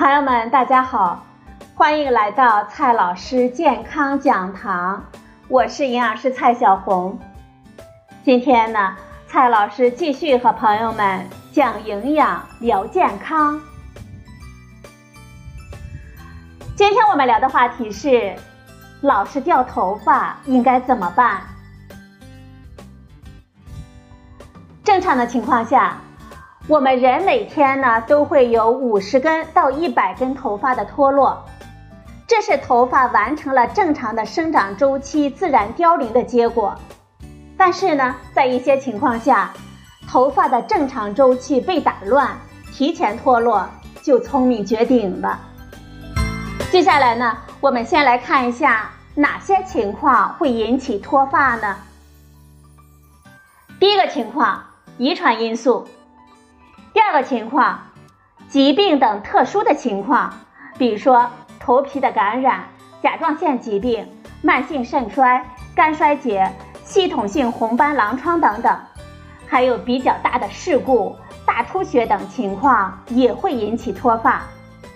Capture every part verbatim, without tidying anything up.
朋友们大家好，欢迎来到蔡老师健康讲堂，我是营养师蔡小红。今天呢，蔡老师继续和朋友们讲营养聊健康。今天我们聊的话题是老是掉头发应该怎么办？正常的情况下，我们人每天呢都会有五十根到一百根头发的脱落，这是头发完成了正常的生长周期自然凋零的结果。但是呢，在一些情况下，头发的正常周期被打乱，提前脱落，就聪明绝顶了。接下来呢，我们先来看一下哪些情况会引起脱发呢？第一个情况，遗传因素。第二个情况，疾病等特殊的情况，比如说头皮的感染、甲状腺疾病、慢性肾衰、肝衰竭、系统性红斑狼疮等等，还有比较大的事故、大出血等情况也会引起脱发。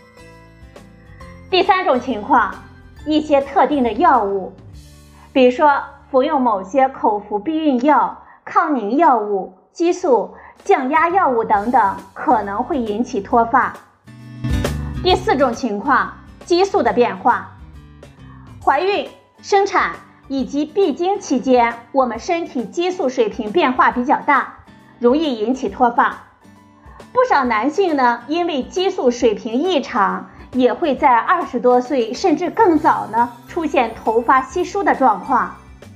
第三种情况，一些特定的药物，比如说服用某些口服避孕药、抗凝药物、激素、降压药物等等，可能会引起脱发。第四种情况，激素的变化。怀孕、生产以及闭经期间，我们身体激素水平变化比较大，容易引起脱发。不少男性呢，因为激素水平异常，也会在二十多岁甚至更早呢，出现头发稀疏的状况。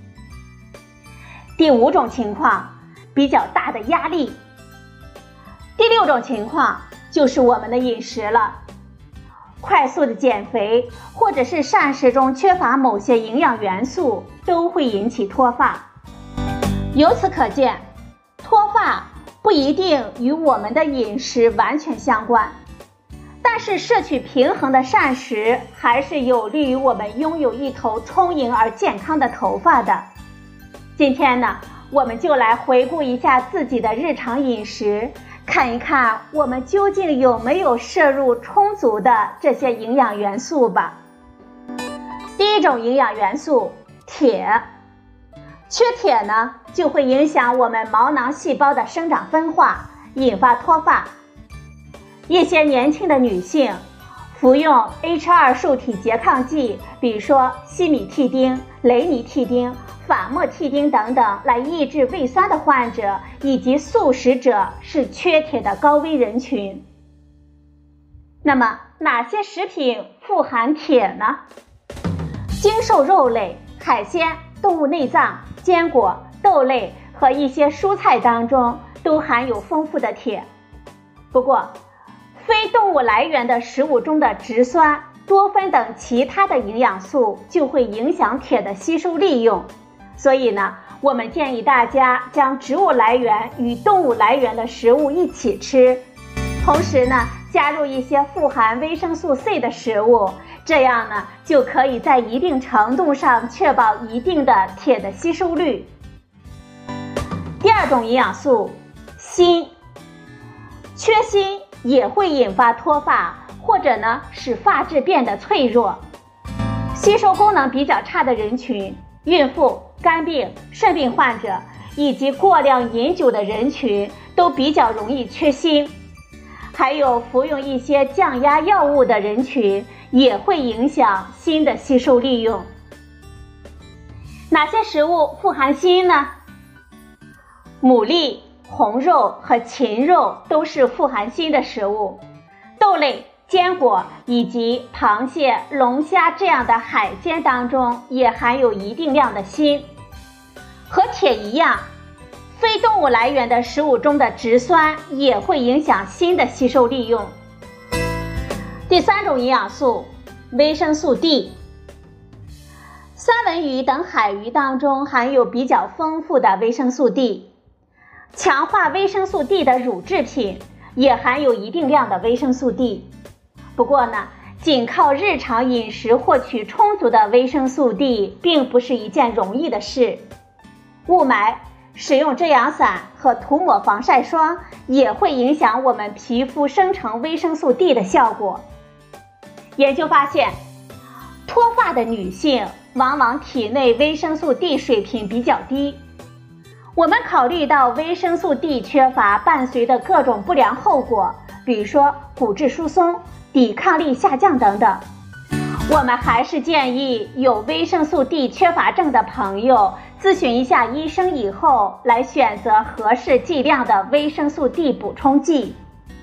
第五种情况，比较大的压力。第六种情况就是我们的饮食了，快速的减肥或者是膳食中缺乏某些营养元素都会引起脱发。由此可见，脱发不一定与我们的饮食完全相关，但是摄取平衡的膳食还是有利于我们拥有一头充盈而健康的头发的。今天呢，我们就来回顾一下自己的日常饮食，看一看我们究竟有没有摄入充足的这些营养元素吧。第一种营养元素，铁。缺铁呢，就会影响我们毛囊细胞的生长分化，引发脱发。一些年轻的女性服用 H 二 受体拮抗剂，比如说西米替丁、雷尼替丁、法莫替丁等等，来抑制胃酸的患者以及素食者是缺铁的高危人群。那么哪些食品富含铁呢？精瘦肉类、海鲜、动物内脏、坚果、豆类和一些蔬菜当中都含有丰富的铁。不过非动物来源的食物中的植酸、多酚等其他的营养素就会影响铁的吸收利用。所以呢，我们建议大家将植物来源与动物来源的食物一起吃，同时呢，加入一些富含维生素 C 的食物，这样呢，就可以在一定程度上确保一定的铁的吸收率。第二种营养素，锌。缺锌也会引发脱发，或者呢，使发质变得脆弱。吸收功能比较差的人群，孕妇、肝病、肾病患者以及过量饮酒的人群都比较容易缺锌。还有服用一些降压药物的人群也会影响锌的吸收利用。哪些食物富含锌呢？牡蛎、红肉和禽肉都是富含锌的食物，豆类、坚果以及螃蟹、龙虾这样的海鲜当中也含有一定量的锌。和铁一样，非动物来源的食物中的植酸也会影响锌的吸收利用。第三种营养素，维生素 D。三文鱼等海鱼当中含有比较丰富的维生素 D， 强化维生素 D 的乳制品也含有一定量的维生素 D。不过呢，仅靠日常饮食获取充足的维生素 D 并不是一件容易的事。雾霾、使用遮阳伞和涂抹防晒霜也会影响我们皮肤生成维生素 D 的效果。 研究发现，脱发的女性往往体内维生素 D 水平比较低。我们考虑到维生素 D 缺乏伴随的各种不良后果，比如说骨质疏松、抵抗力下降等等，我们还是建议有维生素 D 缺乏症的朋友咨询一下医生以后，来选择合适剂量的维生素 D 补充剂。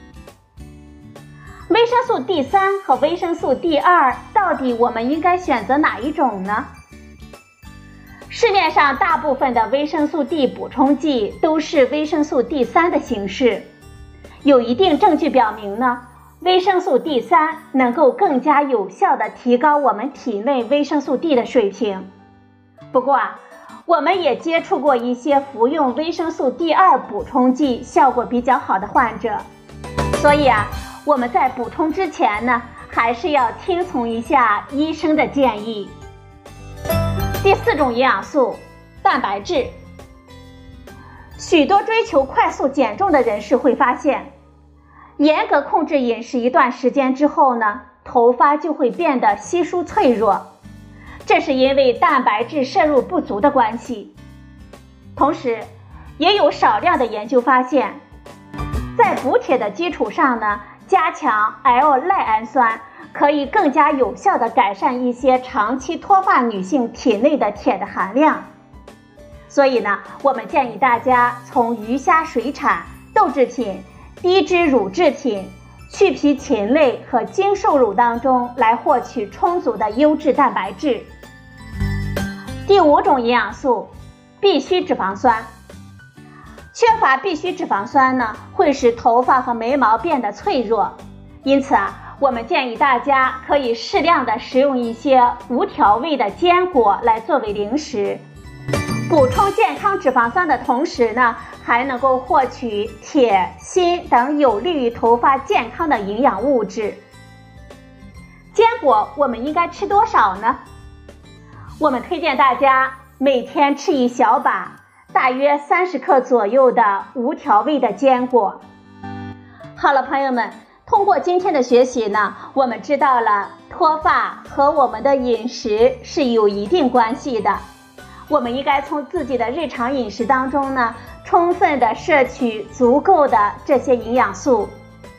维生素 D 三 和维生素 D 二 到底我们应该选择哪一种呢？市面上大部分的维生素 D 补充剂都是维生素 D 三 的形式，有一定证据表明呢，维生素 D 三 能够更加有效地提高我们体内维生素 D 的水平。不过啊，我们也接触过一些服用维生素 D 二 补充剂效果比较好的患者，所以啊，我们在补充之前呢，还是要听从一下医生的建议。第四种营养素，蛋白质。许多追求快速减重的人士会发现，严格控制饮食一段时间之后呢，头发就会变得稀疏脆弱，这是因为蛋白质摄入不足的关系。同时，也有少量的研究发现，在补铁的基础上呢，加强 L 赖氨酸可以更加有效地改善一些长期脱发女性体内的铁的含量。所以呢，我们建议大家从鱼虾水产、豆制品、低脂乳制品、去皮禽类和精瘦乳当中来获取充足的优质蛋白质。第五种营养素，必需脂肪酸。缺乏必需脂肪酸呢，会使头发和眉毛变得脆弱，因此啊，我们建议大家可以适量的食用一些无调味的坚果来作为零食，补充健康脂肪酸的同时呢，还能够获取铁、锌等有利于头发健康的营养物质。坚果我们应该吃多少呢？我们推荐大家每天吃一小把，大约三十克左右的无调味的坚果。好了，朋友们，通过今天的学习呢，我们知道了脱发和我们的饮食是有一定关系的。我们应该从自己的日常饮食当中呢，充分的摄取足够的这些营养素。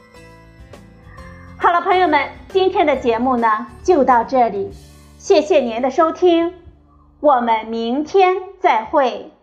好了，朋友们，今天的节目呢就到这里，谢谢您的收听，我们明天再会。